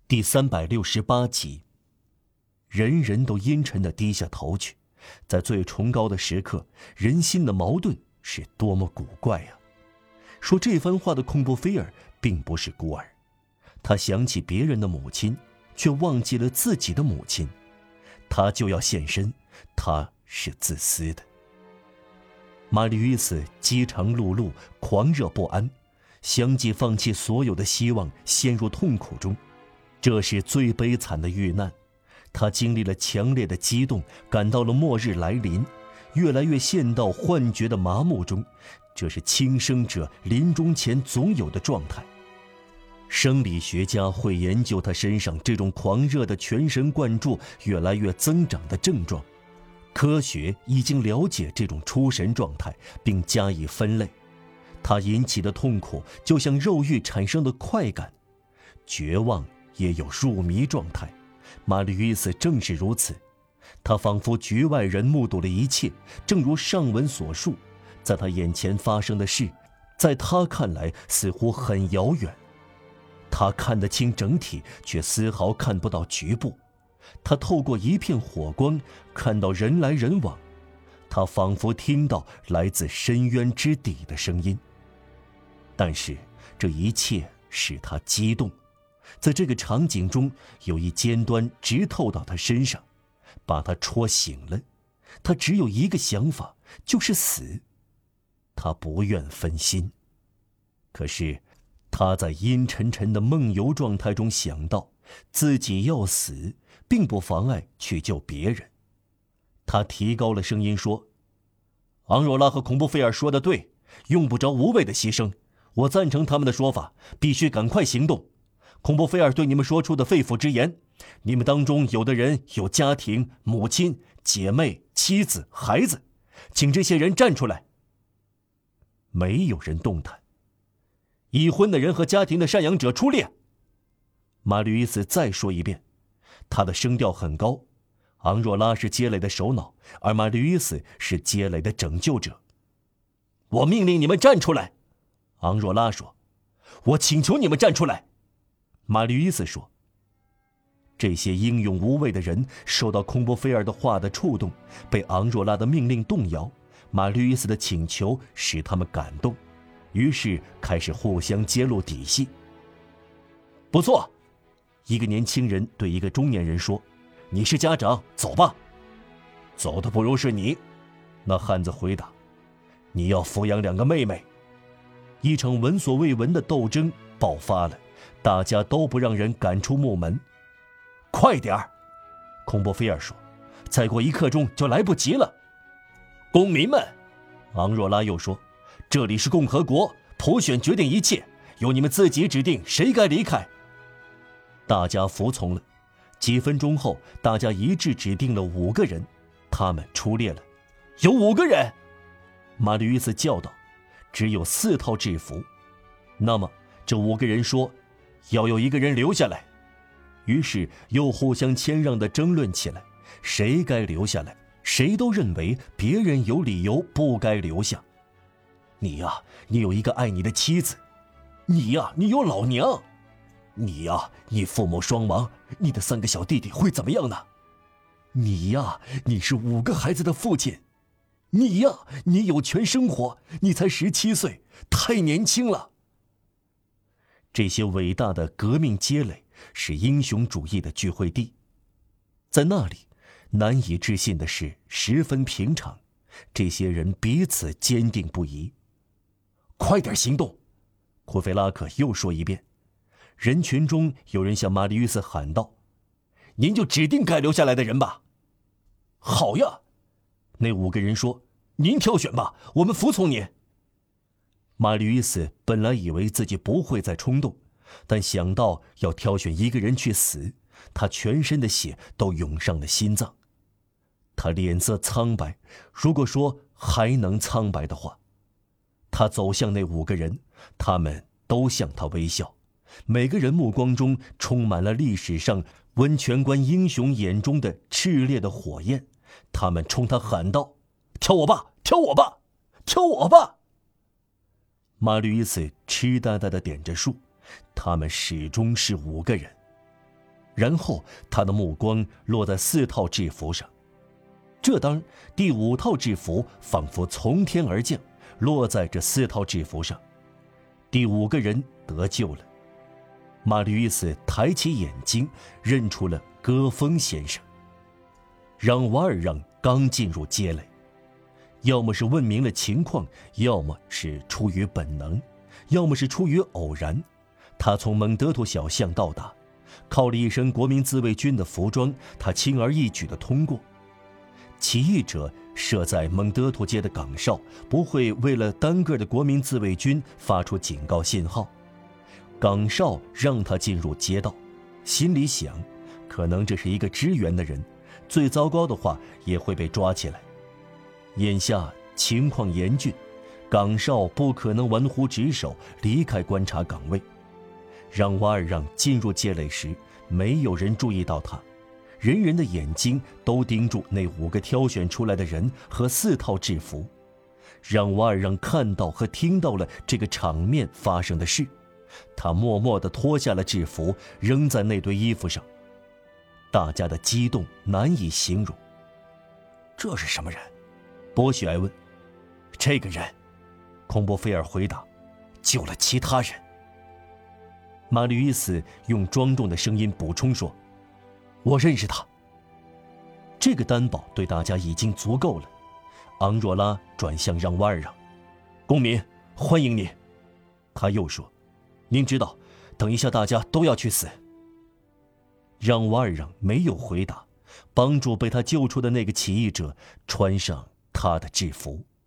第368集。人人都阴沉地低下头去，在最崇高的时刻，人心的矛盾是多么古怪啊！说这番话的孔布菲尔并不是孤儿，他想起别人的母亲，却忘记了自己的母亲，他就要献身，他是自私的。玛丽与死饥肠辘辘，狂热不安，相继放弃所有的希望，陷入痛苦中，这是最悲惨的遇难。他经历了强烈的激动，感到了末日来临，越来越陷到幻觉的麻木中，这是轻生者临终前总有的状态。生理学家会研究他身上这种狂热的全神贯注越来越增长的症状，科学已经了解这种出神状态，并加以分类。它引起的痛苦就像肉欲产生的快感，绝望也有入迷状态。玛丽与死正是如此，他仿佛局外人目睹了一切，正如上文所述，在他眼前发生的事，在他看来似乎很遥远。他看得清整体，却丝毫看不到局部。他透过一片火光看到人来人往，他仿佛听到来自深渊之底的声音。但是这一切使他激动，在这个场景中有一尖端直透到他身上，把他戳醒了。他只有一个想法，就是死。他不愿分心，可是他在阴沉沉的梦游状态中想到自己要死，并不妨碍去救别人。他提高了声音说：昂若拉和孔布菲尔说的对，用不着无谓的牺牲，我赞成他们的说法，必须赶快行动。孔布菲尔对你们说出的肺腑之言，你们当中有的人有家庭、母亲、姐妹、妻子、孩子，请这些人站出来。没有人动弹。已婚的人和家庭的赡养者出列。玛丽与死再说一遍，他的声调很高。昂若拉是街垒的首脑，而玛丽与死是街垒的拯救者。我命令你们站出来，昂若拉说。我请求你们站出来，玛丽与死说。这些英勇无畏的人受到孔布菲尔的话的触动，被昂若拉的命令动摇，玛丽与死的请求使他们感动，于是开始互相揭露底细。不错，一个年轻人对一个中年人说，你是家长，走吧。走的不如是你，那汉子回答，你要抚养2个妹妹。一场闻所未闻的斗争爆发了，大家都不让人赶出墓门。快点儿，孔布菲尔说，再过1刻钟就来不及了。公民们，昂若拉又说，这里是共和国，普选决定一切，由你们自己指定谁该离开。大家服从了。几分钟后，大家一致指定了5个人，他们出列了。有5个人，玛丽与死叫道，只有4套制服。那么这5个人说，要有1个人留下来。于是又互相谦让地争论起来，谁该留下来？谁都认为别人有理由不该留下。你呀，你有一个爱你的妻子；你呀，你有老娘；你呀，你父母双亡，你的3个小弟弟会怎么样呢？你呀，你是5个孩子的父亲；你呀，你有权生活，你才17岁，太年轻了。这些伟大的革命街垒是英雄主义的聚会地，在那里难以置信的事十分平常，这些人彼此坚定不移。快点行动，库菲拉克又说一遍。人群中有人向玛丽与死喊道，您就指定该留下来的人吧。好呀，那5个人说，您挑选吧，我们服从您。玛丽与死本来以为自己不会再冲动，但想到要挑选1个人去死，他全身的血都涌上了心脏。他脸色苍白，如果说还能苍白的话。他走向那5个人，他们都向他微笑，每个人目光中充满了历史上温泉关英雄眼中的炽烈的火焰。他们冲他喊道，挑我吧，挑我吧，挑我吧。玛丽与死痴呆呆地点着数，他们始终是5个人。 然后他的目光落在4套制服上。这当第5套制服仿佛从天而降，落在这4套制服上。第5个人得救了。马吕伊斯抬起眼睛，认出了戈峰先生。让瓦尔让刚进入街垒，要么是问明了情况，要么是出于本能，要么是出于偶然。他从蒙德图小巷到达，靠了一身国民自卫军的服装，他轻而易举地通过。起义者设在蒙德图街的岗哨不会为了单个的国民自卫军发出警告信号，岗哨让他进入街道，心里想，可能这是一个支援的人，最糟糕的话也会被抓起来。眼下情况严峻，岗哨不可能玩忽职守，离开观察岗位。让瓦尔让进入街垒时，没有人注意到他，人人的眼睛都盯住那5个挑选出来的人和4套制服。让瓦尔让看到和听到了这个场面发生的事，他默默地脱下了制服，扔在那堆衣服上。大家的激动难以形容。 这是什么人？ 波许埃问。 这个人， 孔波菲尔回答， 救了其他人。 马吕伊斯用庄重的声音补充说，我认识他。这个担保对大家已经足够了。昂若拉转向让瓦尔让，公民，欢迎你。他又说，您知道，等一下大家都要去死。让瓦尔让没有回答，帮助被他救出的那个起义者穿上他的制服。